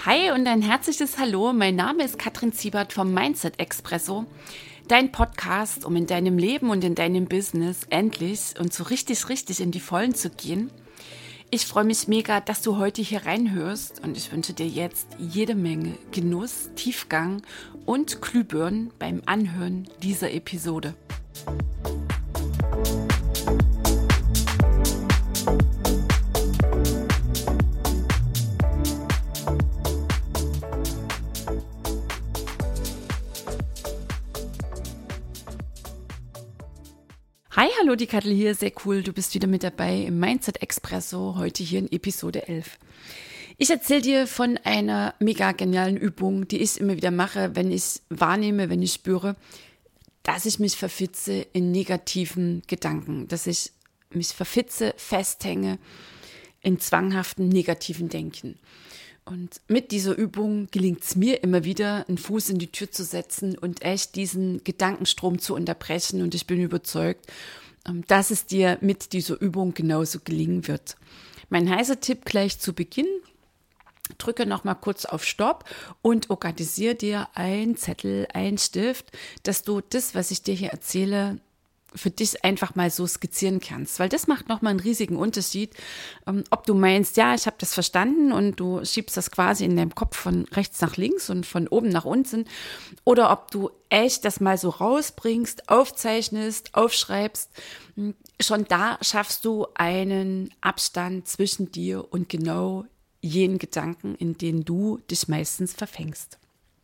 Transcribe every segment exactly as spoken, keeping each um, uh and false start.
Hi und ein herzliches Hallo, mein Name ist Katrin Ziebert vom Mindset Expresso, dein Podcast, um in deinem Leben und in deinem Business endlich und so richtig, richtig in die Vollen zu gehen. Ich freue mich mega, dass du heute hier reinhörst und ich wünsche dir jetzt jede Menge Genuss, Tiefgang und Glühbirnen beim Anhören dieser Episode. Hi, hallo, die Kattel hier, sehr cool, du bist wieder mit dabei im Mindset Expresso, heute hier in Episode elf. Ich erzähle dir von einer mega genialen Übung, die ich immer wieder mache, wenn ich wahrnehme, wenn ich spüre, dass ich mich verfitze in negativen Gedanken, dass ich mich verfitze, festhänge in zwanghaften negativen Denken. Und mit dieser Übung gelingt es mir immer wieder, einen Fuß in die Tür zu setzen und echt diesen Gedankenstrom zu unterbrechen. Und ich bin überzeugt, dass es dir mit dieser Übung genauso gelingen wird. Mein heißer Tipp gleich zu Beginn: Drücke noch mal kurz auf Stopp und organisiere dir einen Zettel, einen Stift, dass du das, was ich dir hier erzähle, für dich einfach mal so skizzieren kannst, weil das macht nochmal einen riesigen Unterschied, ob du meinst, ja, ich habe das verstanden und du schiebst das quasi in deinem Kopf von rechts nach links und von oben nach unten, oder ob du echt das mal so rausbringst, aufzeichnest, aufschreibst. Schon da schaffst du einen Abstand zwischen dir und genau jenen Gedanken, in denen du dich meistens verfängst.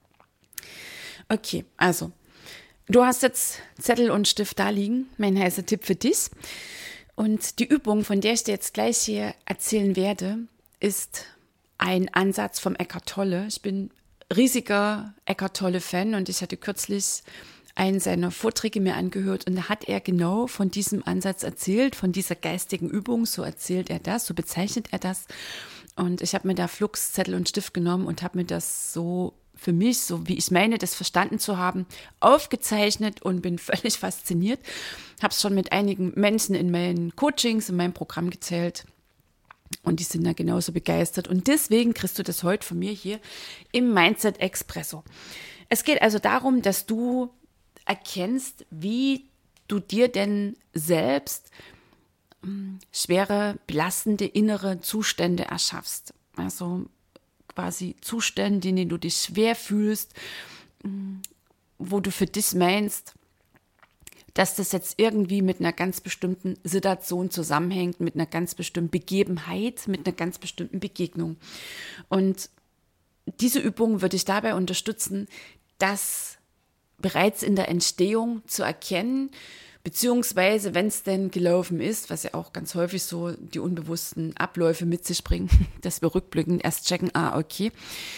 Okay, also du hast jetzt Zettel und Stift da liegen, mein heißer Tipp für dich. Und die Übung, von der ich dir jetzt gleich hier erzählen werde, ist ein Ansatz vom Eckhart Tolle. Ich bin riesiger Eckhart Tolle-Fan und ich hatte kürzlich einen seiner Vorträge mir angehört und da hat er genau von diesem Ansatz erzählt, von dieser geistigen Übung, so erzählt er das, so bezeichnet er das. Und ich habe mir da flugs Zettel und Stift genommen und habe mir das so für mich, so wie ich meine, das verstanden zu haben, aufgezeichnet und bin völlig fasziniert. Habe es schon mit einigen Menschen in meinen Coachings, in meinem Programm gezählt und die sind da genauso begeistert. Und deswegen kriegst du das heute von mir hier im Mindset Expresso. Es geht also darum, dass du erkennst, wie du dir denn selbst mh, schwere, belastende innere Zustände erschaffst. Also quasi Zustände, in denen du dich schwer fühlst, wo du für dich meinst, dass das jetzt irgendwie mit einer ganz bestimmten Situation zusammenhängt, mit einer ganz bestimmten Begebenheit, mit einer ganz bestimmten Begegnung. Und diese Übung würde ich dabei unterstützen, das bereits in der Entstehung zu erkennen, beziehungsweise, wenn es denn gelaufen ist, was ja auch ganz häufig so die unbewussten Abläufe mit sich bringen, dass wir rückblickend erst checken, ah, okay,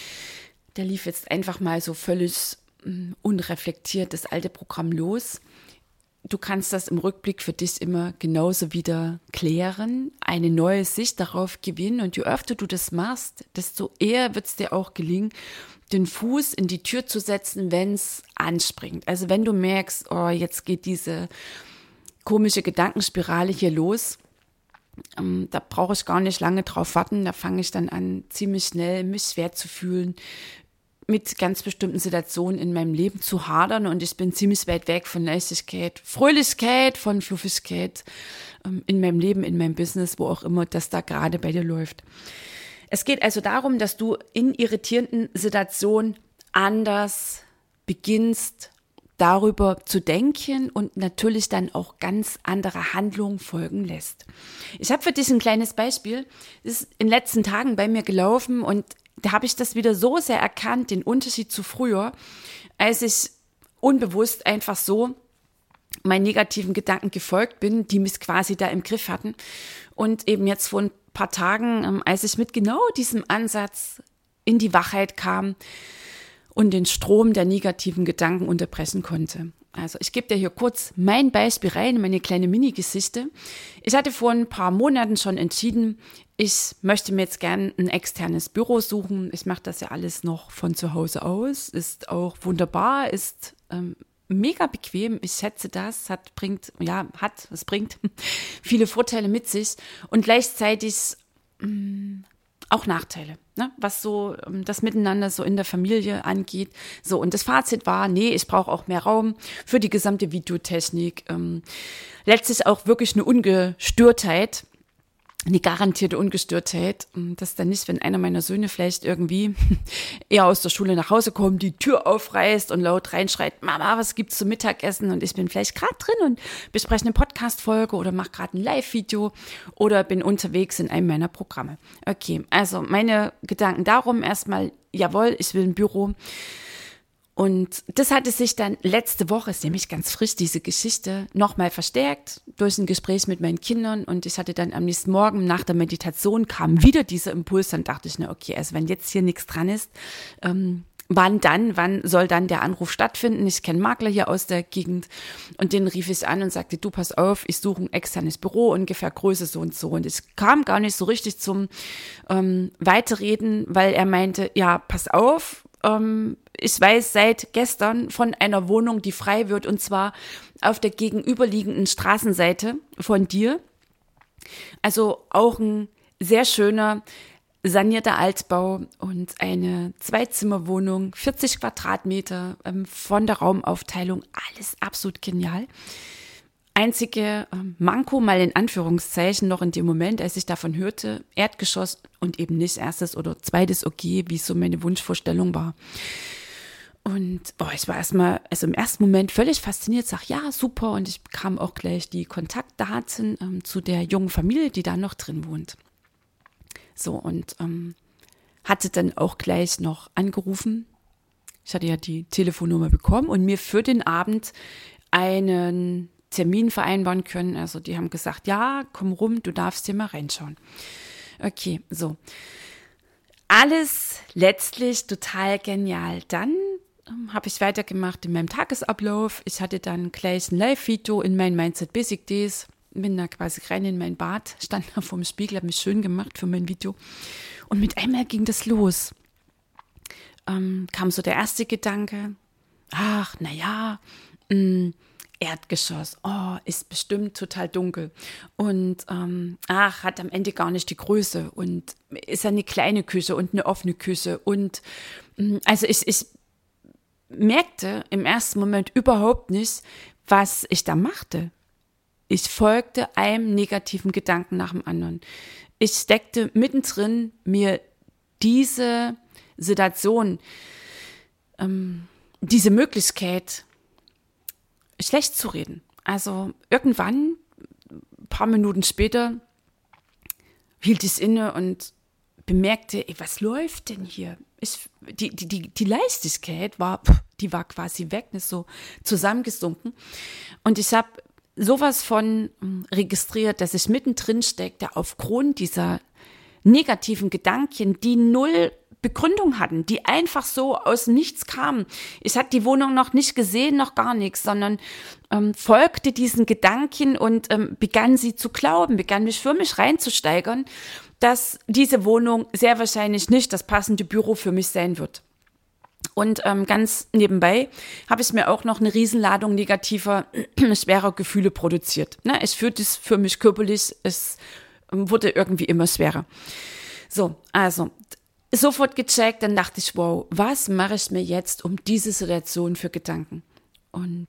der lief jetzt einfach mal so völlig unreflektiert das alte Programm los. Du kannst das im Rückblick für dich immer genauso wieder klären, eine neue Sicht darauf gewinnen und je öfter du das machst, desto eher wird es dir auch gelingen, den Fuß in die Tür zu setzen, wenn es anspringt. Also wenn du merkst, oh, jetzt geht diese komische Gedankenspirale hier los, ähm, da brauche ich gar nicht lange drauf warten, da fange ich dann an, ziemlich schnell mich schwer zu fühlen, mit ganz bestimmten Situationen in meinem Leben zu hadern und ich bin ziemlich weit weg von Leichtigkeit, Fröhlichkeit, von Fluffigkeit ähm, in meinem Leben, in meinem Business, wo auch immer das da gerade bei dir läuft. Es geht also darum, dass du in irritierenden Situationen anders beginnst, darüber zu denken und natürlich dann auch ganz andere Handlungen folgen lässt. Ich habe für dich ein kleines Beispiel. Das ist in den letzten Tagen bei mir gelaufen und da habe ich das wieder so sehr erkannt, den Unterschied zu früher, als ich unbewusst einfach so meinen negativen Gedanken gefolgt bin, die mich quasi da im Griff hatten. Und eben jetzt vor ein paar Tagen, als ich mit genau diesem Ansatz in die Wachheit kam und den Strom der negativen Gedanken unterbrechen konnte. Also ich gebe dir hier kurz mein Beispiel rein, meine kleine Mini-Geschichte. Ich hatte vor ein paar Monaten schon entschieden, ich möchte mir jetzt gern ein externes Büro suchen. Ich mache das ja alles noch von zu Hause aus, ist auch wunderbar, ist ähm, mega bequem. Ich schätze das, hat, bringt, ja, hat, es bringt viele Vorteile mit sich und gleichzeitig mh, auch Nachteile. ne, was so ähm, das Miteinander so in der Familie angeht. So, und das Fazit war, nee, ich brauche auch mehr Raum für die gesamte Videotechnik. Ähm, letztlich auch wirklich eine Ungestörtheit, eine garantierte Ungestörtheit, dass dann nicht, wenn einer meiner Söhne vielleicht irgendwie eher aus der Schule nach Hause kommt, die Tür aufreißt und laut reinschreit, Mama, was gibt's zum Mittagessen? Und ich bin vielleicht gerade drin und bespreche eine Podcast-Folge oder mache gerade ein Live-Video oder bin unterwegs in einem meiner Programme. Okay, also meine Gedanken darum erstmal, jawohl, ich will ein Büro. Und das hatte sich dann letzte Woche, ist nämlich ganz frisch, diese Geschichte, nochmal verstärkt durch ein Gespräch mit meinen Kindern. Und ich hatte dann am nächsten Morgen nach der Meditation kam wieder dieser Impuls. Dann dachte ich, na okay, also wenn jetzt hier nichts dran ist, ähm, wann dann, wann soll dann der Anruf stattfinden? Ich kenne Makler hier aus der Gegend und den rief ich an und sagte, du pass auf, ich suche ein externes Büro, ungefähr Größe so und so. Und es kam gar nicht so richtig zum ähm, Weiterreden, weil er meinte, ja, pass auf, ähm, ich weiß seit gestern von einer Wohnung, die frei wird, und zwar auf der gegenüberliegenden Straßenseite von dir. Also auch ein sehr schöner, sanierter Altbau und eine Zweizimmerwohnung, vierzig Quadratmeter, ähm, von der Raumaufteilung, alles absolut genial. Einzige ähm, Manko, mal in Anführungszeichen, noch in dem Moment, als ich davon hörte, Erdgeschoss und eben nicht erstes oder zweites O G, wie so meine Wunschvorstellung war. Und oh, ich war erstmal, also im ersten Moment völlig fasziniert, sag ja, super. Und ich bekam auch gleich die Kontaktdaten ähm, zu der jungen Familie, die da noch drin wohnt. So, und ähm, hatte dann auch gleich noch angerufen. Ich hatte ja die Telefonnummer bekommen und mir für den Abend einen Termin vereinbaren können. Also die haben gesagt, ja, komm rum, du darfst hier mal reinschauen. Okay, so. Alles letztlich total genial. Dann habe ich weitergemacht in meinem Tagesablauf. Ich hatte dann gleich ein Live-Video in meinen Mindset Basic Days. Bin da quasi rein in mein Bad, stand da vorm Spiegel, habe mich schön gemacht für mein Video. Und mit einmal ging das los. Ähm, kam so der erste Gedanke, ach, naja, Erdgeschoss, oh, ist bestimmt total dunkel. Und ähm, ach, hat am Ende gar nicht die Größe und ist eine kleine Küche und eine offene Küche. Und also ich, ich merkte im ersten Moment überhaupt nicht, was ich da machte. Ich folgte einem negativen Gedanken nach dem anderen. Ich steckte mittendrin, mir diese Situation, ähm, diese Möglichkeit schlecht zu reden. Also irgendwann, ein paar Minuten später, hielt ich inne und bemerkte, ey, was läuft denn hier? Ich, die, die, die, die Leichtigkeit war, die war quasi weg, nicht so zusammengesunken. Und ich habe sowas von registriert, dass ich mittendrin steckte aufgrund dieser negativen Gedanken, die null Begründung hatten, die einfach so aus nichts kamen. Ich hatte die Wohnung noch nicht gesehen, noch gar nichts, sondern ähm, folgte diesen Gedanken und ähm, begann sie zu glauben, begann mich für mich reinzusteigern, dass diese Wohnung sehr wahrscheinlich nicht das passende Büro für mich sein wird. Und ähm, ganz nebenbei habe ich mir auch noch eine Riesenladung negativer, schwerer Gefühle produziert. Ne? Ich fühlte es für mich körperlich, es wurde irgendwie immer schwerer. So, also sofort gecheckt, dann dachte ich, wow, was mache ich mir jetzt um diese Situation für Gedanken? Und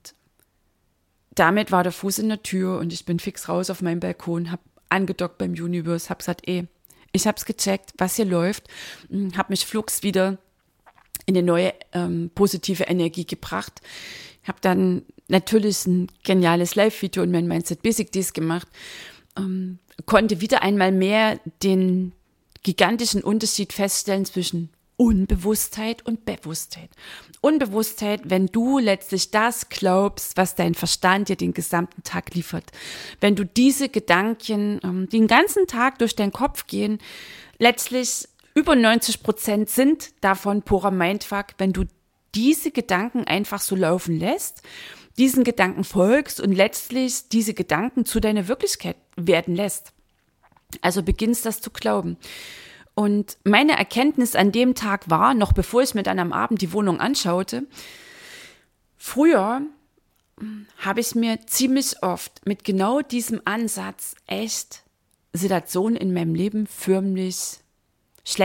damit war der Fuß in der Tür und ich bin fix raus auf meinen Balkon, habe angedockt beim Universe, habe gesagt, ey, ich habe es gecheckt, was hier läuft, habe mich flugs wieder in eine neue ähm, positive Energie gebracht. Habe dann natürlich ein geniales Live-Video in meinen Mindset Basic Days gemacht, ähm, konnte wieder einmal mehr den gigantischen Unterschied feststellen zwischen Unbewusstheit und Bewusstheit. Unbewusstheit, wenn du letztlich das glaubst, was dein Verstand dir den gesamten Tag liefert. Wenn du diese Gedanken ähm, den ganzen Tag durch deinen Kopf gehen, letztlich über neunzig Prozent sind davon purer Mindfuck, wenn du diese Gedanken einfach so laufen lässt, diesen Gedanken folgst und letztlich diese Gedanken zu deiner Wirklichkeit werden lässt. Also beginnst das zu glauben. Und meine Erkenntnis an dem Tag war, noch bevor ich mir dann am Abend die Wohnung anschaute, früher habe ich mir ziemlich oft mit genau diesem Ansatz echt Situationen in meinem Leben förmlich schlecht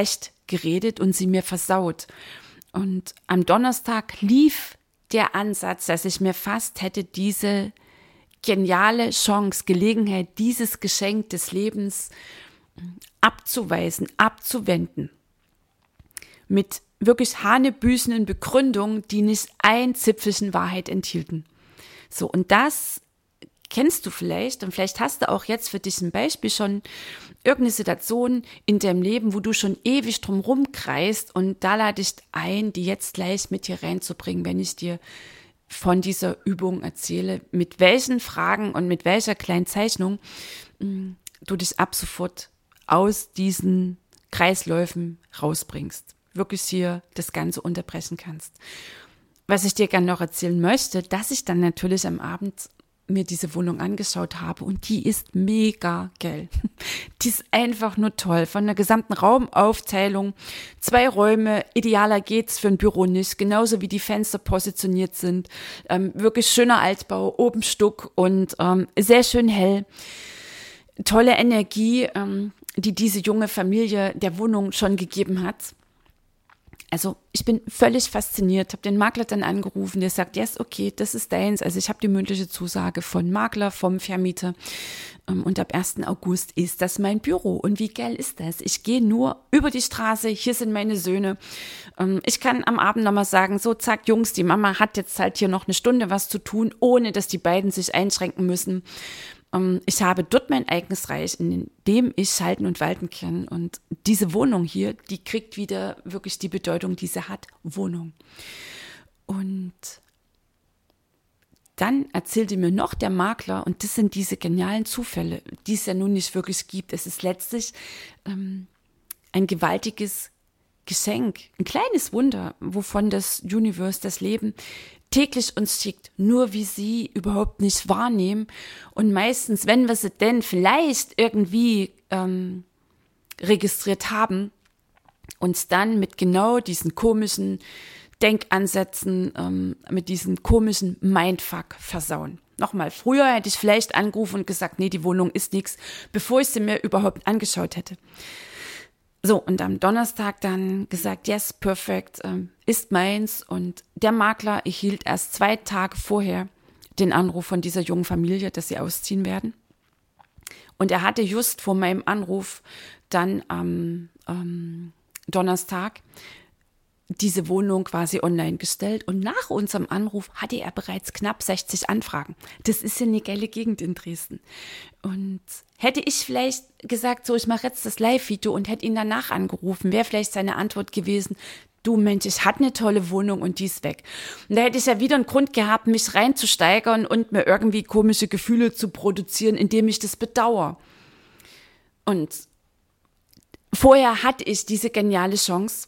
geredet und sie mir versaut. Und am Donnerstag lief der Ansatz, dass ich mir fast hätte diese geniale Chance, Gelegenheit, dieses Geschenk des Lebens abzuweisen, abzuwenden. Mit wirklich hanebüchenden Begründungen, die nicht ein Zipfelchen Wahrheit enthielten. So, und das kennst du vielleicht und vielleicht hast du auch jetzt für dich ein Beispiel schon irgendeine Situation in deinem Leben, wo du schon ewig drum rumkreist und da lade ich ein, die jetzt gleich mit hier reinzubringen, wenn ich dir von dieser Übung erzähle, mit welchen Fragen und mit welcher kleinen Zeichnung mh, du dich ab sofort aus diesen Kreisläufen rausbringst. Wirklich hier das Ganze unterbrechen kannst. Was ich dir gerne noch erzählen möchte, dass ich dann natürlich am Abend mir diese Wohnung angeschaut habe und die ist mega geil. Die ist einfach nur toll. Von der gesamten Raumaufteilung, zwei Räume, idealer geht's für ein Büro nicht, genauso wie die Fenster positioniert sind. Ähm, wirklich schöner Altbau, oben Stuck und ähm, sehr schön hell. Tolle Energie, ähm, die diese junge Familie der Wohnung schon gegeben hat. Also ich bin völlig fasziniert, habe den Makler dann angerufen, der sagt, yes, okay, das ist deins. Also ich habe die mündliche Zusage von Makler, vom Vermieter und ab ersten August ist das mein Büro. Und wie geil ist das? Ich gehe nur über die Straße, hier sind meine Söhne. Ich kann am Abend nochmal sagen, so zack, Jungs, die Mama hat jetzt halt hier noch eine Stunde was zu tun, ohne dass die beiden sich einschränken müssen. Ich habe dort mein eigenes Reich, in dem ich schalten und walten kann. Und diese Wohnung hier, die kriegt wieder wirklich die Bedeutung, die sie hat, Wohnung. Und dann erzählte mir noch der Makler, und das sind diese genialen Zufälle, die es ja nun nicht wirklich gibt. Es ist letztlich ähm, ein gewaltiges Geschenk, ein kleines Wunder, wovon das Universe, das Leben, täglich uns schickt, nur wie sie überhaupt nicht wahrnehmen. Und meistens, wenn wir sie denn vielleicht irgendwie ähm, registriert haben, uns dann mit genau diesen komischen Denkansätzen, ähm, mit diesem komischen Mindfuck versauen. Nochmal, früher hätte ich vielleicht angerufen und gesagt, nee, die Wohnung ist nichts, bevor ich sie mir überhaupt angeschaut hätte. So, und am Donnerstag dann gesagt, yes, perfekt, ähm, ist meins. Und der Makler erhielt erst zwei Tage vorher den Anruf von dieser jungen Familie, dass sie ausziehen werden. Und er hatte just vor meinem Anruf dann am ähm, Donnerstag diese Wohnung quasi online gestellt. Und nach unserem Anruf hatte er bereits knapp sechzig Anfragen. Das ist ja eine geile Gegend in Dresden. Und hätte ich vielleicht gesagt, so, ich mache jetzt das Live-Video und hätte ihn danach angerufen, wäre vielleicht seine Antwort gewesen, du Mensch, ich hatte eine tolle Wohnung und die ist weg. Und da hätte ich ja wieder einen Grund gehabt, mich reinzusteigern und mir irgendwie komische Gefühle zu produzieren, indem ich das bedauere. Und vorher hatte ich diese geniale Chance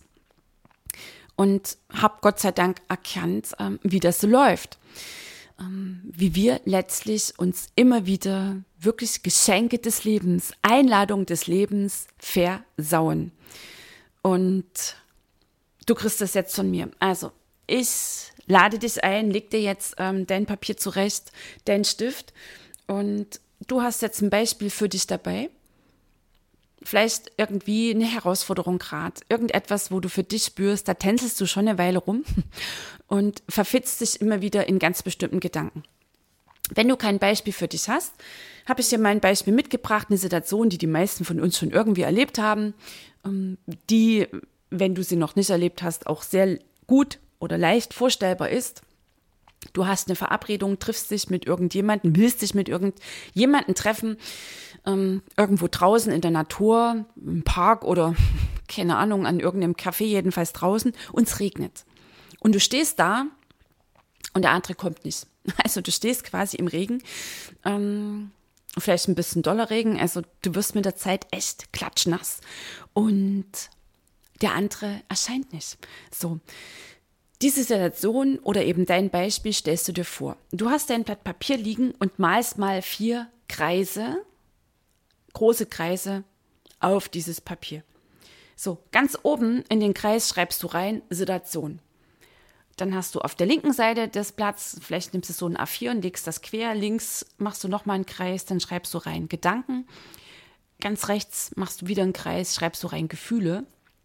und habe Gott sei Dank erkannt, ähm, wie das so läuft. Ähm, wie wir letztlich uns immer wieder wirklich Geschenke des Lebens, Einladung des Lebens versauen. Und du kriegst das jetzt von mir. Also, ich lade dich ein, leg dir jetzt ähm, dein Papier zurecht, dein Stift und du hast jetzt ein Beispiel für dich dabei. Vielleicht irgendwie eine Herausforderung gerade, irgendetwas, wo du für dich spürst, da tänzelst du schon eine Weile rum und verfitzt dich immer wieder in ganz bestimmten Gedanken. Wenn du kein Beispiel für dich hast, habe ich dir mal ein Beispiel mitgebracht, eine Situation, die die meisten von uns schon irgendwie erlebt haben, die, wenn du sie noch nicht erlebt hast, auch sehr gut oder leicht vorstellbar ist. Du hast eine Verabredung, triffst dich mit irgendjemandem, willst dich mit irgendjemandem treffen, ähm, irgendwo draußen in der Natur, im Park oder, keine Ahnung, an irgendeinem Café, jedenfalls draußen, und es regnet. Und du stehst da und der andere kommt nicht. Also du stehst quasi im Regen, ähm, vielleicht ein bisschen doller Regen, also du wirst mit der Zeit echt klatschnass und der andere erscheint nicht. So. Diese Situation oder eben dein Beispiel stellst du dir vor. Du hast dein Blatt Papier liegen und malst mal vier Kreise, große Kreise auf dieses Papier. So, ganz oben in den Kreis schreibst du rein Situation. Dann hast du auf der linken Seite des Blatts, vielleicht nimmst du so ein A vier und legst das quer, links machst du nochmal einen Kreis, dann schreibst du rein Gedanken. Ganz rechts machst du wieder einen Kreis, schreibst du rein Gefühle.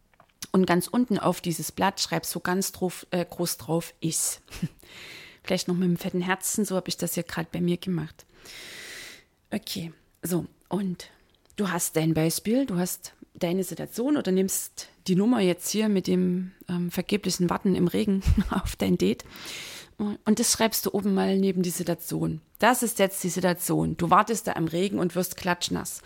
Und ganz unten auf dieses Blatt schreibst du ganz drauf, äh, groß drauf, ich. Vielleicht noch mit einem fetten Herzen, so habe ich das hier gerade bei mir gemacht. Okay, so, und du hast dein Beispiel, du hast deine Situation oder nimmst die Nummer jetzt hier mit dem ähm, vergeblichen Warten im Regen auf dein Date und das schreibst du oben mal neben die Situation. Das ist jetzt die Situation. Du wartest da im Regen und wirst klatschnass.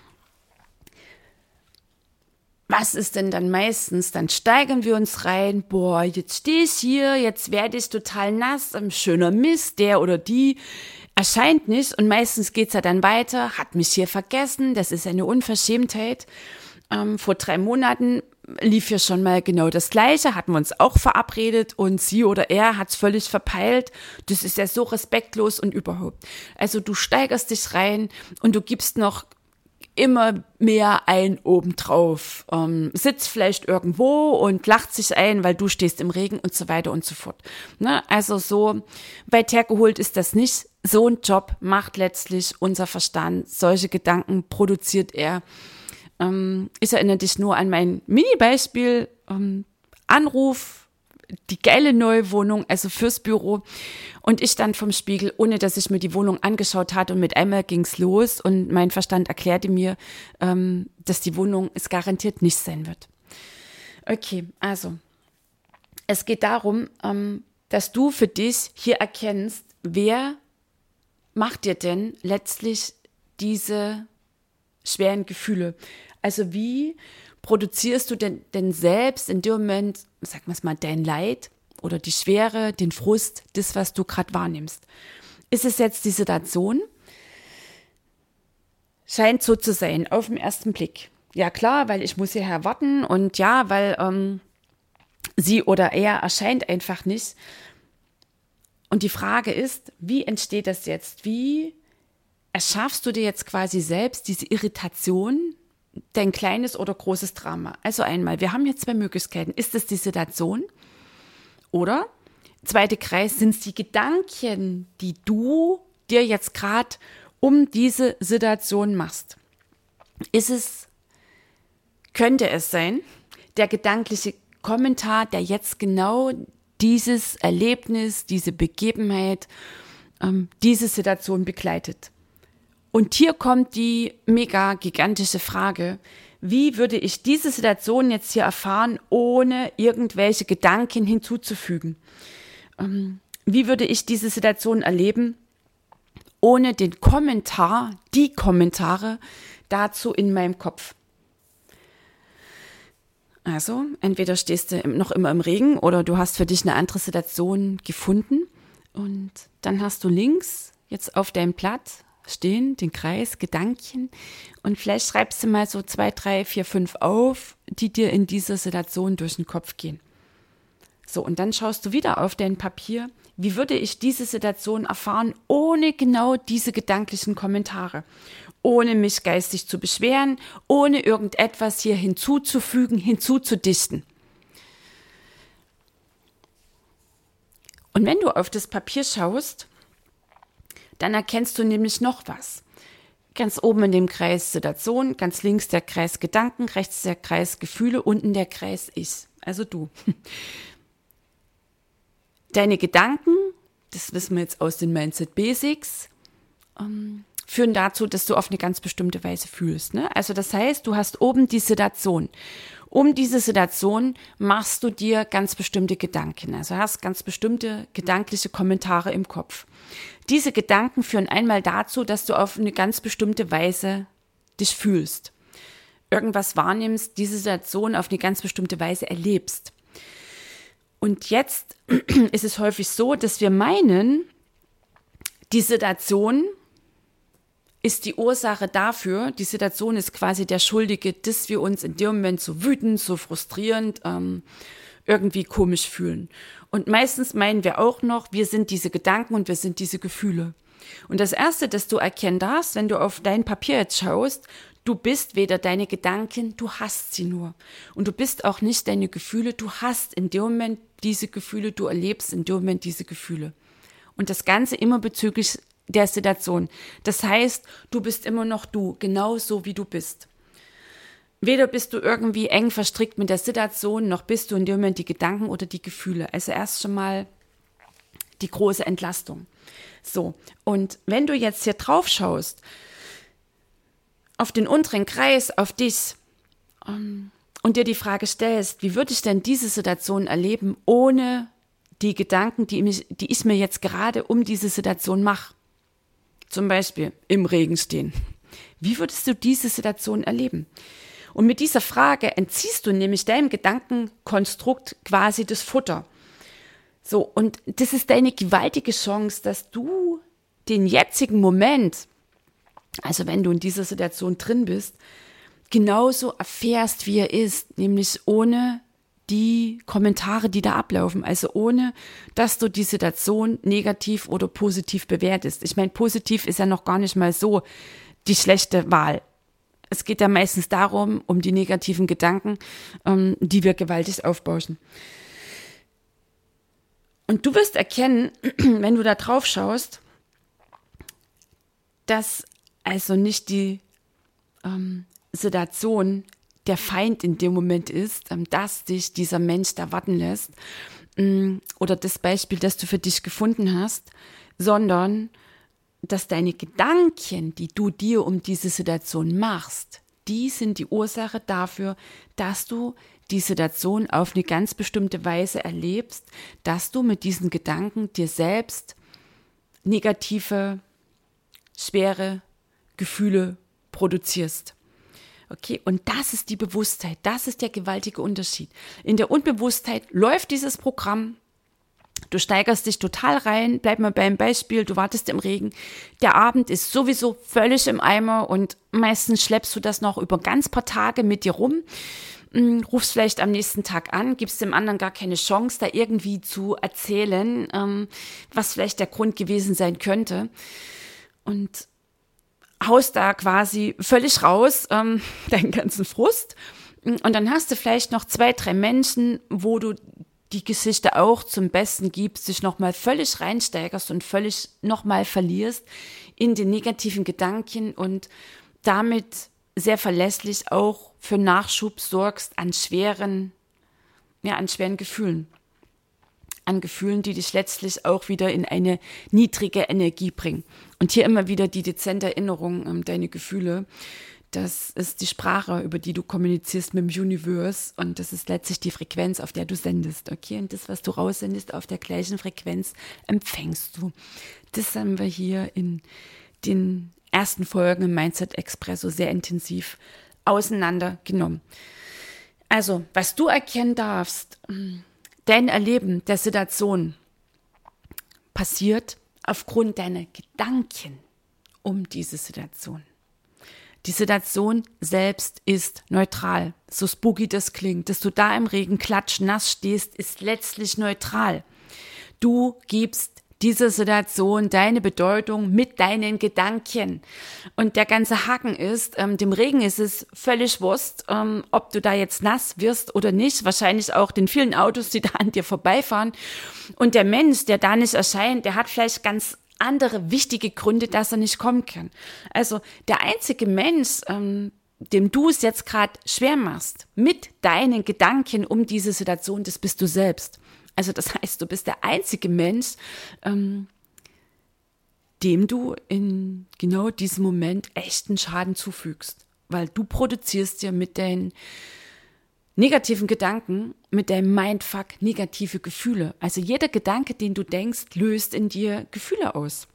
Was ist denn dann meistens? Dann steigern wir uns rein, boah, jetzt stehe ich hier, jetzt werde ich total nass, ein schöner Mist, der oder die erscheint nicht und meistens geht's ja dann weiter, hat mich hier vergessen, das ist eine Unverschämtheit. Ähm, vor drei Monaten lief ja schon mal genau das Gleiche, hatten wir uns auch verabredet und sie oder er hat's völlig verpeilt. Das ist ja so respektlos und überhaupt. Also du steigerst dich rein und du gibst noch immer mehr ein obendrauf, ähm, sitzt vielleicht irgendwo und lacht sich ein, weil du stehst im Regen und so weiter und so fort. Ne? Also so weit hergeholt ist das nicht. So ein Job macht letztlich unser Verstand. Solche Gedanken produziert er. Ähm, ich erinnere dich nur an mein Mini-Beispiel, ähm, Anruf, die geile neue Wohnung, also fürs Büro. Und ich stand vom Spiegel, ohne dass ich mir die Wohnung angeschaut hatte. Und mit einmal ging's los und mein Verstand erklärte mir, ähm, dass die Wohnung es garantiert nicht sein wird. Okay, also es geht darum, ähm, dass du für dich hier erkennst, wer macht dir denn letztlich diese schweren Gefühle? Also wie produzierst du denn, denn selbst in dem Moment, sagen wir es mal, dein Leid oder die Schwere, den Frust, das, was du gerade wahrnimmst? Ist es jetzt die Situation? Scheint so zu sein, auf den ersten Blick. Ja klar, weil ich muss hierher warten und ja, weil ähm, sie oder er erscheint einfach nicht. Und die Frage ist, wie entsteht das jetzt? Wie erschaffst du dir jetzt quasi selbst diese Irritation, dein kleines oder großes Drama? Also einmal, wir haben jetzt zwei Möglichkeiten. Ist es die Situation? Oder, zweiter Kreis, sind es die Gedanken, die du dir jetzt gerade um diese Situation machst? Ist es, könnte es sein, der gedankliche Kommentar, der jetzt genau dieses Erlebnis, diese Begebenheit, ähm, diese Situation begleitet? Und hier kommt die mega gigantische Frage, wie würde ich diese Situation jetzt hier erfahren, ohne irgendwelche Gedanken hinzuzufügen? Ähm, wie würde ich diese Situation erleben, ohne den Kommentar, die Kommentare dazu in meinem Kopf? Also, entweder stehst du noch immer im Regen oder du hast für dich eine andere Situation gefunden und dann hast du links jetzt auf deinem Blatt stehen, den Kreis, Gedanken und vielleicht schreibst du mal so zwei, drei, vier, fünf auf, die dir in dieser Situation durch den Kopf gehen. So, und dann schaust du wieder auf dein Papier, wie würde ich diese Situation erfahren, ohne genau diese gedanklichen Kommentare, ohne mich geistig zu beschweren, ohne irgendetwas hier hinzuzufügen, hinzuzudichten. Und wenn du auf das Papier schaust, dann erkennst du nämlich noch was. Ganz oben in dem Kreis Situation, ganz links der Kreis Gedanken, rechts der Kreis Gefühle, unten der Kreis Ich, also du. Deine Gedanken, das wissen wir jetzt aus den Mindset Basics, ähm, führen dazu, dass du auf eine ganz bestimmte Weise fühlst. Ne? Also das heißt, du hast oben die Situation. Um diese Situation machst du dir ganz bestimmte Gedanken. Also hast ganz bestimmte gedankliche Kommentare im Kopf. Diese Gedanken führen einmal dazu, dass du auf eine ganz bestimmte Weise dich fühlst. Irgendwas wahrnimmst, diese Situation auf eine ganz bestimmte Weise erlebst. Und jetzt ist es häufig so, dass wir meinen, die Situation ist die Ursache dafür, die Situation ist quasi der Schuldige, dass wir uns in dem Moment so wütend, so frustrierend, ähm, irgendwie komisch fühlen. Und meistens meinen wir auch noch, wir sind diese Gedanken und wir sind diese Gefühle. Und das Erste, das du erkennen darfst, wenn du auf dein Papier jetzt schaust, du bist weder deine Gedanken, du hast sie nur. Und du bist auch nicht deine Gefühle, du hast in dem Moment diese Gefühle, du erlebst in dem Moment diese Gefühle. Und das Ganze immer bezüglich der Situation. Das heißt, du bist immer noch du, genauso wie du bist. weder bist du irgendwie eng verstrickt mit der Situation, noch bist du in dem Moment die Gedanken oder die Gefühle. Also erst schon mal die große Entlastung. So, und wenn du jetzt hier drauf schaust, auf den unteren Kreis, auf dich, um, und dir die Frage stellst, wie würde ich denn diese Situation erleben, ohne die Gedanken, die, mich, die ich mir jetzt gerade um diese Situation mache. Zum Beispiel im Regen stehen. Wie würdest du diese Situation erleben? Und mit dieser Frage entziehst du nämlich deinem Gedankenkonstrukt quasi das Futter. So, und das ist deine gewaltige Chance, dass du den jetzigen Moment, also wenn du in dieser Situation drin bist, genauso erfährst, wie er ist, nämlich ohne die Kommentare, die da ablaufen, also ohne, dass du die Situation negativ oder positiv bewertest. Ich meine, positiv ist ja noch gar nicht mal so die schlechte Wahl. Es geht ja meistens darum, um die negativen Gedanken, ähm, die wir gewaltig aufbauschen. Und du wirst erkennen, wenn du da drauf schaust, dass also nicht die ähm, Situation der Feind in dem Moment ist, ähm, dass dich dieser Mensch da warten lässt, ähm, oder das Beispiel, das du für dich gefunden hast, sondern dass deine Gedanken, die du dir um diese Situation machst, die sind die Ursache dafür, dass du die Situation auf eine ganz bestimmte Weise erlebst, dass du mit diesen Gedanken dir selbst negative, schwere Gefühle produzierst. Okay, und das ist die Bewusstheit, das ist der gewaltige Unterschied. In der Unbewusstheit läuft dieses Programm, du steigerst dich total rein, bleib mal beim Beispiel, du wartest im Regen, der Abend ist sowieso völlig im Eimer und meistens schleppst du das noch über ganz paar Tage mit dir rum, rufst vielleicht am nächsten Tag an, gibst dem anderen gar keine Chance, da irgendwie zu erzählen, was vielleicht der Grund gewesen sein könnte, und haust da quasi völlig raus, ähm, deinen ganzen Frust. Und dann hast du vielleicht noch zwei, drei Menschen, wo du die Geschichte auch zum Besten gibst, dich nochmal völlig reinsteigerst und völlig nochmal verlierst in den negativen Gedanken und damit sehr verlässlich auch für Nachschub sorgst an schweren, ja, an schweren Gefühlen. An Gefühlen, die dich letztlich auch wieder in eine niedrige Energie bringen. Und hier immer wieder die dezente Erinnerung an deine Gefühle. Das ist die Sprache, über die du kommunizierst mit dem Universe, und das ist letztlich die Frequenz, auf der du sendest. Okay, und das, was du raussendest, auf der gleichen Frequenz empfängst du. Das haben wir hier in den ersten Folgen im Mindset Expresso sehr intensiv auseinandergenommen. Also, was du erkennen darfst, dein Erleben der Situation passiert aufgrund deiner Gedanken um diese Situation. Die Situation selbst ist neutral. So spooky das klingt, dass du da im Regen klatschnass stehst, ist letztlich neutral. Du gibst dieser Situation deine Bedeutung mit deinen Gedanken. Und der ganze Haken ist, ähm, dem Regen ist es völlig Wurst, ähm, ob du da jetzt nass wirst oder nicht. Wahrscheinlich auch den vielen Autos, die da an dir vorbeifahren. Und der Mensch, der da nicht erscheint, der hat vielleicht ganz andere wichtige Gründe, dass er nicht kommen kann. Also der einzige Mensch, ähm, dem du es jetzt gerade schwer machst, mit deinen Gedanken um diese Situation, das bist du selbst. Also das heißt, du bist der einzige Mensch, ähm, dem du in genau diesem Moment echten Schaden zufügst. Weil du produzierst dir mit deinen negativen Gedanken, mit deinem Mindfuck negative Gefühle. Also jeder Gedanke, den du denkst, löst in dir Gefühle aus.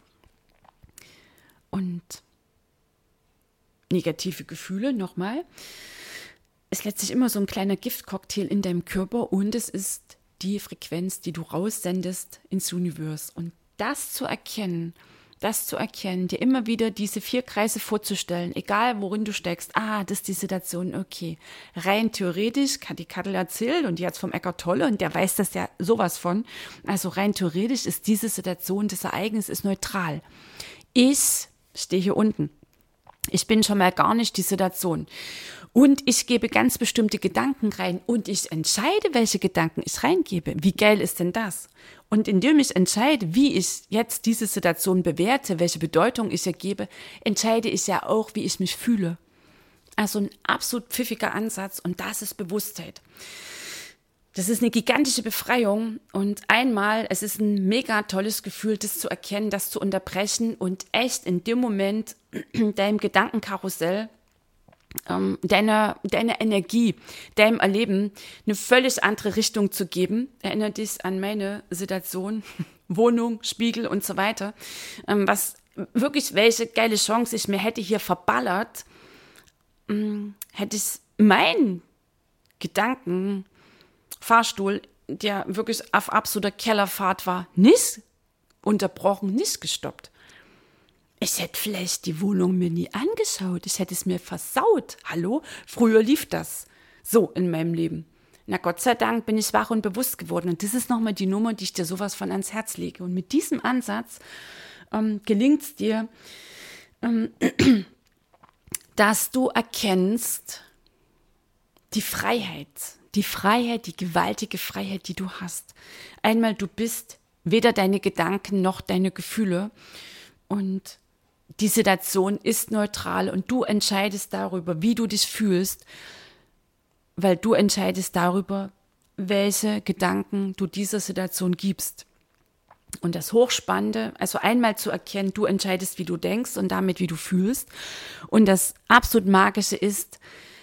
Und negative Gefühle, nochmal, ist letztlich immer so ein kleiner Giftcocktail in deinem Körper, und es ist die Frequenz, die du raussendest ins Universum. Und das zu erkennen, das zu erkennen, dir immer wieder diese vier Kreise vorzustellen, egal worin du steckst, ah, das ist die Situation, okay. Rein theoretisch, hat die Kattel erzählt, und die hat es vom Eckart Tolle, und der weiß das ja sowas von. Also rein theoretisch ist diese Situation, das Ereignis ist neutral. Ich stehe hier unten. Ich bin schon mal gar nicht die Situation. Und ich gebe ganz bestimmte Gedanken rein, und ich entscheide, welche Gedanken ich reingebe. Wie geil ist denn das? Und indem ich entscheide, wie ich jetzt diese Situation bewerte, welche Bedeutung ich ihr gebe, entscheide ich ja auch, wie ich mich fühle. Also ein absolut pfiffiger Ansatz und das ist Bewusstheit. Das ist eine gigantische Befreiung und einmal, es ist ein mega tolles Gefühl, das zu erkennen, das zu unterbrechen und echt in dem Moment deinem Gedankenkarussell, ähm, deiner, deiner Energie, deinem Erleben eine völlig andere Richtung zu geben. Erinnere dich an meine Situation, Wohnung, Spiegel und so weiter, ähm, was wirklich, welche geile Chance ich mir hätte hier verballert, ähm, hätte ich meinen Gedanken Fahrstuhl, der wirklich auf absoluter Kellerfahrt war, nicht unterbrochen, nicht gestoppt. Ich hätte vielleicht die Wohnung mir nie angeschaut. Ich hätte es mir versaut. Hallo? Früher lief das so in meinem Leben. Na Gott sei Dank bin ich wach und bewusst geworden. Und das ist nochmal die Nummer, die ich dir sowas von ans Herz lege. Und mit diesem Ansatz ähm, gelingt es dir, ähm, dass du erkennst die Freiheit, Die Freiheit, die gewaltige Freiheit, die du hast. Einmal, du bist weder deine Gedanken noch deine Gefühle und die Situation ist neutral und du entscheidest darüber, wie du dich fühlst, weil du entscheidest darüber, welche Gedanken du dieser Situation gibst. Und das Hochspannende, also einmal zu erkennen, du entscheidest, wie du denkst und damit, wie du fühlst. Und das absolut Magische ist,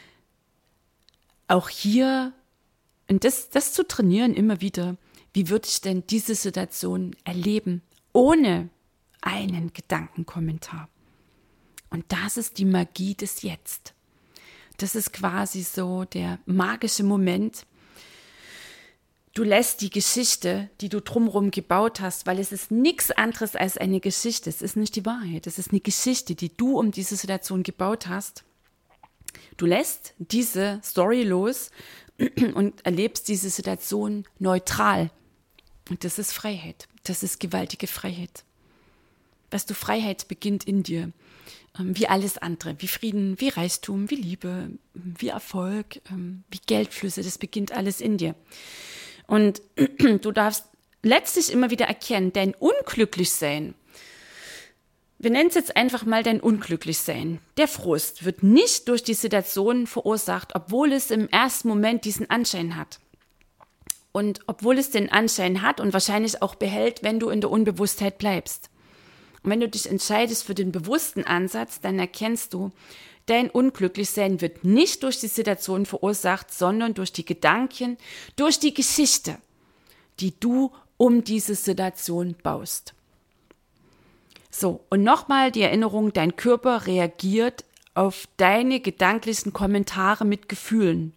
auch hier, und das, das zu trainieren immer wieder, wie würde ich denn diese Situation erleben, ohne einen Gedankenkommentar. Und das ist die Magie des Jetzt. Das ist quasi so der magische Moment. Du lässt die Geschichte, die du drumherum gebaut hast, weil es ist nichts anderes als eine Geschichte. Es ist nicht die Wahrheit. Es ist eine Geschichte, die du um diese Situation gebaut hast. Du lässt diese Story los und erlebst diese Situation neutral. Und das ist Freiheit. Das ist gewaltige Freiheit. Weißt du, Freiheit beginnt in dir. Wie alles andere. Wie Frieden, wie Reichtum, wie Liebe, wie Erfolg, wie Geldflüsse. Das beginnt alles in dir. Und du darfst letztlich immer wieder erkennen, dein Unglücklichsein, wir nennen es jetzt einfach mal dein Unglücklichsein. Der Frust wird nicht durch die Situation verursacht, obwohl es im ersten Moment diesen Anschein hat. Und obwohl es den Anschein hat und wahrscheinlich auch behält, wenn du in der Unbewusstheit bleibst. Und wenn du dich entscheidest für den bewussten Ansatz, dann erkennst du, dein Unglücklichsein wird nicht durch die Situation verursacht, sondern durch die Gedanken, durch die Geschichte, die du um diese Situation baust. So, und nochmal die Erinnerung, dein Körper reagiert auf deine gedanklichen Kommentare mit Gefühlen.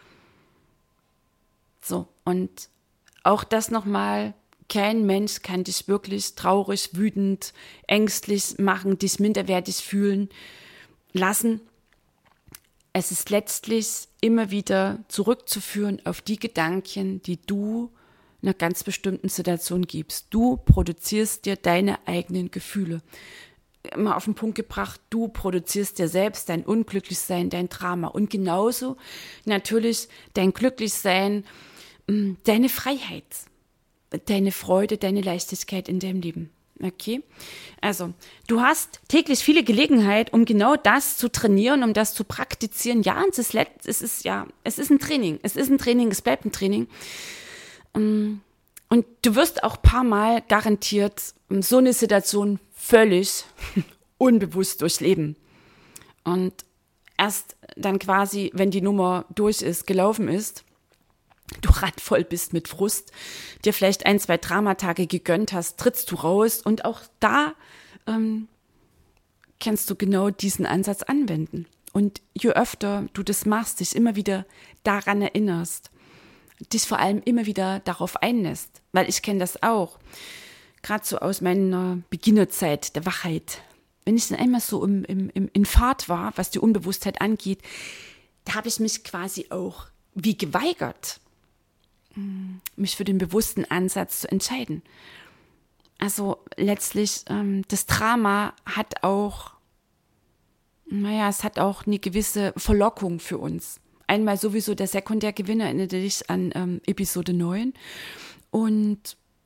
So, und auch das nochmal, kein Mensch kann dich wirklich traurig, wütend, ängstlich machen, dich minderwertig fühlen lassen. Es ist letztlich immer wieder zurückzuführen auf die Gedanken, die du einer ganz bestimmten Situation gibst. Du produzierst dir deine eigenen Gefühle. Immer auf den Punkt gebracht, du produzierst dir selbst dein Unglücklichsein, dein Drama und genauso natürlich dein Glücklichsein, deine Freiheit, deine Freude, deine Leichtigkeit in deinem Leben. Okay? Also, du hast täglich viele Gelegenheit, um genau das zu trainieren, um das zu praktizieren. Ja, es ist, es ist, ja, es ist ein Training. Es ist ein Training, es bleibt ein Training. Und du wirst auch ein paar Mal garantiert so eine Situation völlig unbewusst durchleben. Und erst dann quasi, wenn die Nummer durch ist, gelaufen ist, du randvoll bist mit Frust, dir vielleicht ein, zwei Dramatage gegönnt hast, trittst du raus und auch da ähm, kannst du genau diesen Ansatz anwenden. Und je öfter du das machst, dich immer wieder daran erinnerst, dich vor allem immer wieder darauf einlässt, weil ich kenne das auch, gerade so aus meiner Beginnerzeit der Wachheit. Wenn ich dann einmal so im, im, im, in Fahrt war, was die Unbewusstheit angeht, da habe ich mich quasi auch wie geweigert, mich für den bewussten Ansatz zu entscheiden. Also letztlich, ähm, das Drama hat auch, naja, es hat auch eine gewisse Verlockung für uns. Einmal sowieso der Sekundärgewinner, erinnere dich an ähm, Episode neun. Und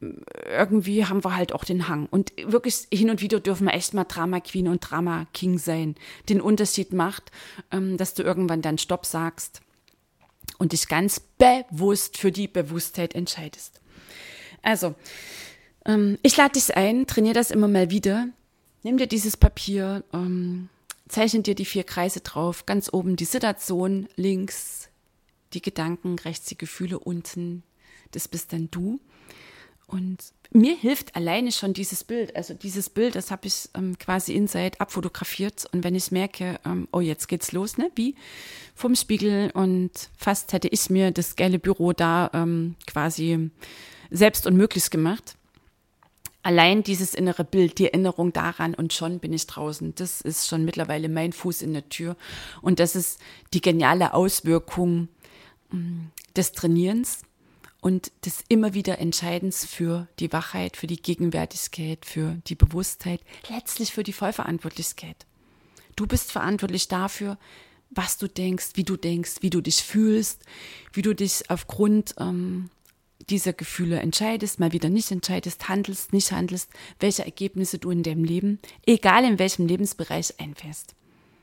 irgendwie haben wir halt auch den Hang. Und wirklich hin und wieder dürfen wir echt mal Drama Queen und Drama King sein. Den Unterschied macht, ähm, dass du irgendwann dann Stopp sagst und dich ganz bewusst für die Bewusstheit entscheidest. Also, ähm, ich lade dich ein, trainiere das immer mal wieder. Nimm dir dieses Papier, ähm, zeichne dir die vier Kreise drauf, ganz oben die Situation, links die Gedanken, rechts die Gefühle, unten, das bist dann du. Und mir hilft alleine schon dieses Bild, also dieses Bild, das habe ich ähm, quasi inside abfotografiert und wenn ich merke, ähm, oh jetzt geht's los, ne, wie vom Spiegel und fast hätte ich mir das geile Büro da ähm, quasi selbst unmöglich gemacht. Allein dieses innere Bild, die Erinnerung daran und schon bin ich draußen, das ist schon mittlerweile mein Fuß in der Tür und das ist die geniale Auswirkung ähm, des Trainierens. Und des immer wieder Entscheidens für die Wachheit, für die Gegenwärtigkeit, für die Bewusstheit, letztlich für die Vollverantwortlichkeit. Du bist verantwortlich dafür, was du denkst, wie du denkst, wie du dich fühlst, wie du dich aufgrund ähm, dieser Gefühle entscheidest, mal wieder nicht entscheidest, handelst, nicht handelst, welche Ergebnisse du in deinem Leben, egal in welchem Lebensbereich, einfährst.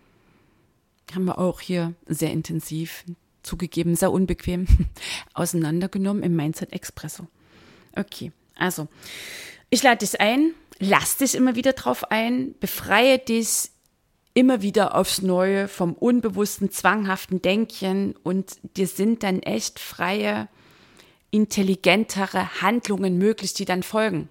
Haben wir auch hier sehr intensiv zugegeben, sehr unbequem, auseinandergenommen im Mindset Expresso. Okay, also, ich lade dich ein, lass dich immer wieder drauf ein, befreie dich immer wieder aufs Neue vom unbewussten, zwanghaften Denken und dir sind dann echt freie, intelligentere Handlungen möglich, die dann folgen.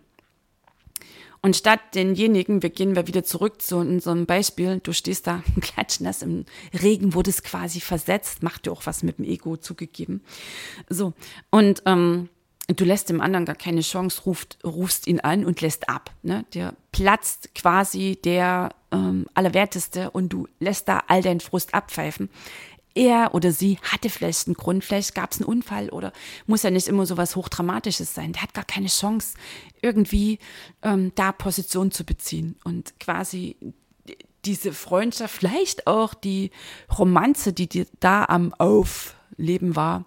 Und statt denjenigen, wir gehen wir wieder zurück zu unserem Beispiel, du stehst da klatschnass im Regen, wurdest quasi versetzt, macht dir auch was mit dem Ego zugegeben. So, und ähm, du lässt dem anderen gar keine Chance, ruft, rufst ihn an und lässt ab. Ne? Der platzt quasi der ähm, Allerwerteste und du lässt da all deinen Frust abpfeifen. Er oder sie hatte vielleicht einen Grund, vielleicht gab es einen Unfall oder muss ja nicht immer so was Hochdramatisches sein. Der hat gar keine Chance, irgendwie ähm, da Position zu beziehen und quasi diese Freundschaft, vielleicht auch die Romanze, die dir da am Aufleben war,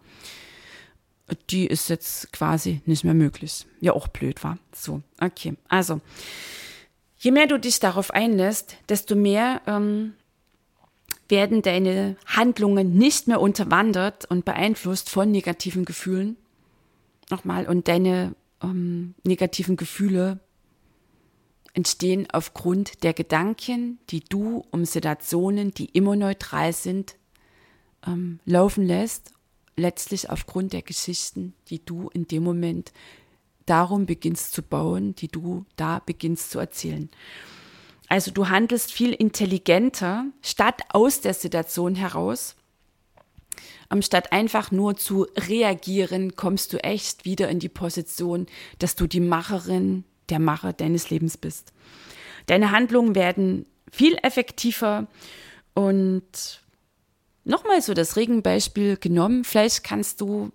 die ist jetzt quasi nicht mehr möglich. Ja, auch blöd war. So, okay. Also, je mehr du dich darauf einlässt, desto mehr ähm, werden deine Handlungen nicht mehr unterwandert und beeinflusst von negativen Gefühlen. Nochmal, und deine ähm, negativen Gefühle entstehen aufgrund der Gedanken, die du um Situationen, die immer neutral sind, ähm, laufen lässt. Letztlich aufgrund der Geschichten, die du in dem Moment darum beginnst zu bauen, die du da beginnst zu erzählen. Also du handelst viel intelligenter, statt aus der Situation heraus. Statt einfach nur zu reagieren, kommst du echt wieder in die Position, dass du die Macherin, der Macher deines Lebens bist. Deine Handlungen werden viel effektiver und nochmal so das Regenbeispiel genommen. Vielleicht kannst du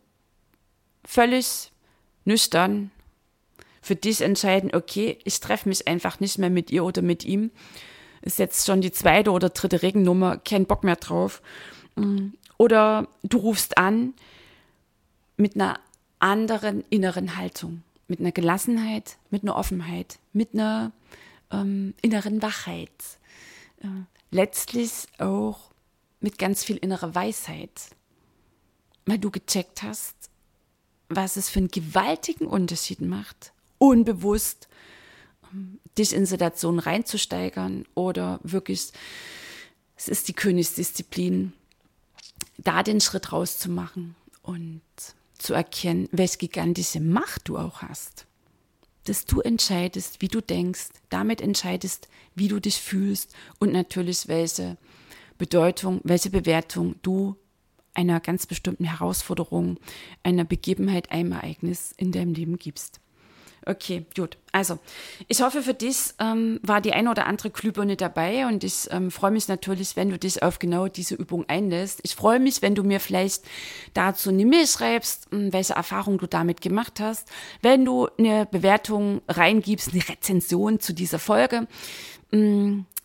völlig nüchtern für dich entscheiden, okay, ich treffe mich einfach nicht mehr mit ihr oder mit ihm. Ist jetzt schon die zweite oder dritte Regennummer, kein Bock mehr drauf. Oder du rufst an mit einer anderen inneren Haltung, mit einer Gelassenheit, mit einer Offenheit, mit einer ähm, inneren Wachheit. Äh, letztlich auch mit ganz viel innerer Weisheit, weil du gecheckt hast, was es für einen gewaltigen Unterschied macht, unbewusst dich in Situationen reinzusteigern oder wirklich, es ist die Königsdisziplin, da den Schritt rauszumachen und zu erkennen, welche gigantische Macht du auch hast. Dass du entscheidest, wie du denkst, damit entscheidest, wie du dich fühlst und natürlich welche Bedeutung, welche Bewertung du einer ganz bestimmten Herausforderung, einer Begebenheit, einem Ereignis in deinem Leben gibst. Okay, gut. Also, ich hoffe, für dich ähm, war die eine oder andere Glühbirne dabei und ich ähm, freue mich natürlich, wenn du dich auf genau diese Übung einlässt. Ich freue mich, wenn du mir vielleicht dazu eine Mail schreibst, welche Erfahrung du damit gemacht hast, wenn du eine Bewertung reingibst, eine Rezension zu dieser Folge,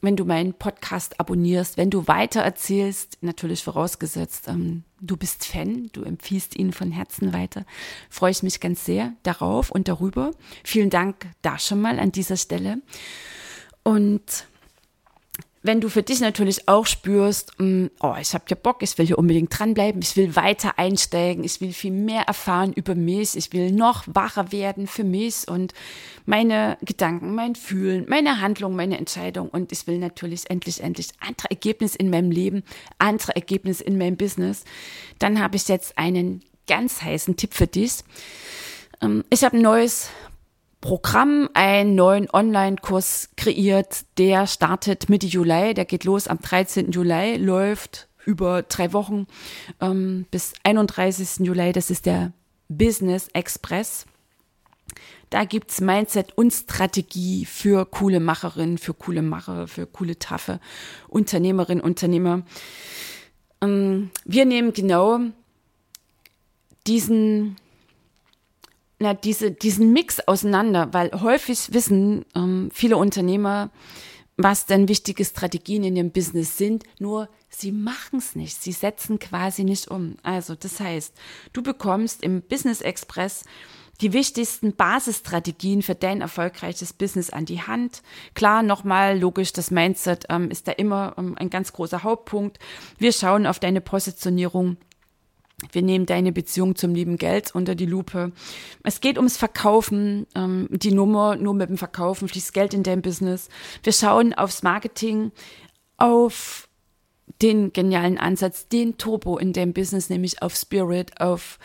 wenn du meinen Podcast abonnierst, wenn du weitererzählst, natürlich vorausgesetzt, ähm, du bist Fan, du empfiehlst ihn von Herzen weiter, freue ich mich ganz sehr darauf und darüber. Vielen Dank da schon mal an dieser Stelle. Und wenn du für dich natürlich auch spürst, oh, ich habe ja Bock, ich will hier unbedingt dranbleiben, ich will weiter einsteigen, ich will viel mehr erfahren über mich, ich will noch wacher werden für mich und meine Gedanken, mein Fühlen, meine Handlung, meine Entscheidung und ich will natürlich endlich, endlich andere Ergebnisse in meinem Leben, andere Ergebnisse in meinem Business, dann habe ich jetzt einen ganz heißen Tipp für dich. Ich habe ein neues Programm, einen neuen Online-Kurs kreiert, der startet Mitte Juli, der geht los am dreizehnten Juli, läuft über drei Wochen ähm, bis einunddreißigsten Juli, das ist der Business Express. Da gibt's Mindset und Strategie für coole Macherinnen, für coole Macher, für coole, taffe Unternehmerinnen, Unternehmer. Ähm, wir nehmen genau diesen Na, diese, diesen Mix auseinander, weil häufig wissen ähm, viele Unternehmer, was denn wichtige Strategien in ihrem Business sind, nur sie machen es nicht, sie setzen quasi nicht um. Also das heißt, du bekommst im Business Express die wichtigsten Basisstrategien für dein erfolgreiches Business an die Hand. Klar, nochmal logisch, das Mindset ähm, ist da immer ähm, ein ganz großer Hauptpunkt. Wir schauen auf deine Positionierung. Wir nehmen deine Beziehung zum lieben Geld unter die Lupe. Es geht ums Verkaufen, ähm, die Nummer, nur mit dem Verkaufen fließt Geld in dein Business. Wir schauen aufs Marketing, auf den genialen Ansatz, den Turbo in deinem Business, nämlich auf Spirit, auf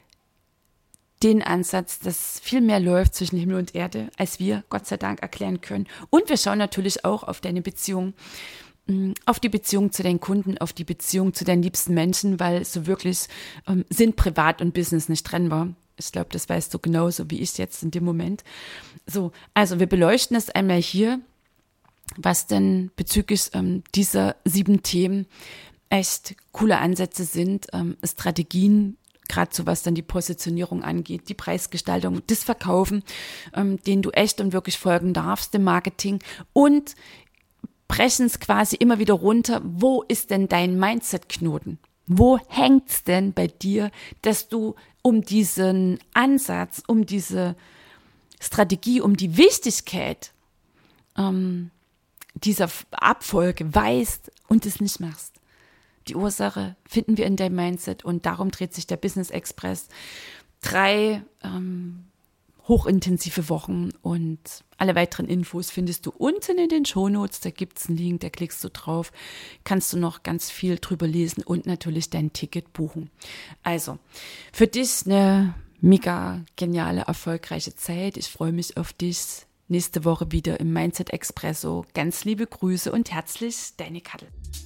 den Ansatz, dass viel mehr läuft zwischen Himmel und Erde, als wir Gott sei Dank erklären können. Und wir schauen natürlich auch auf deine Beziehung, auf die Beziehung zu deinen Kunden, auf die Beziehung zu deinen liebsten Menschen, weil so wirklich ähm, sind Privat und Business nicht trennbar. Ich glaube, das weißt du genauso wie ich jetzt in dem Moment. So, also wir beleuchten es einmal hier, was denn bezüglich ähm, dieser sieben Themen echt coole Ansätze sind, ähm, Strategien, gerade so was dann die Positionierung angeht, die Preisgestaltung, das Verkaufen, ähm, denen du echt und wirklich folgen darfst im Marketing und brechen es quasi immer wieder runter, wo ist denn dein Mindset-Knoten? Wo hängt's denn bei dir, dass du um diesen Ansatz, um diese Strategie, um die Wichtigkeit ähm, dieser Abfolge weißt und es nicht machst? Die Ursache finden wir in deinem Mindset und darum dreht sich der Business Express. Drei ähm, hochintensive Wochen und alle weiteren Infos findest du unten in den Shownotes, da gibt's einen Link, da klickst du drauf, kannst du noch ganz viel drüber lesen und natürlich dein Ticket buchen. Also, für dich eine mega geniale, erfolgreiche Zeit. Ich freue mich auf dich nächste Woche wieder im Mindset Expresso. Ganz liebe Grüße und herzlich, deine Kattel.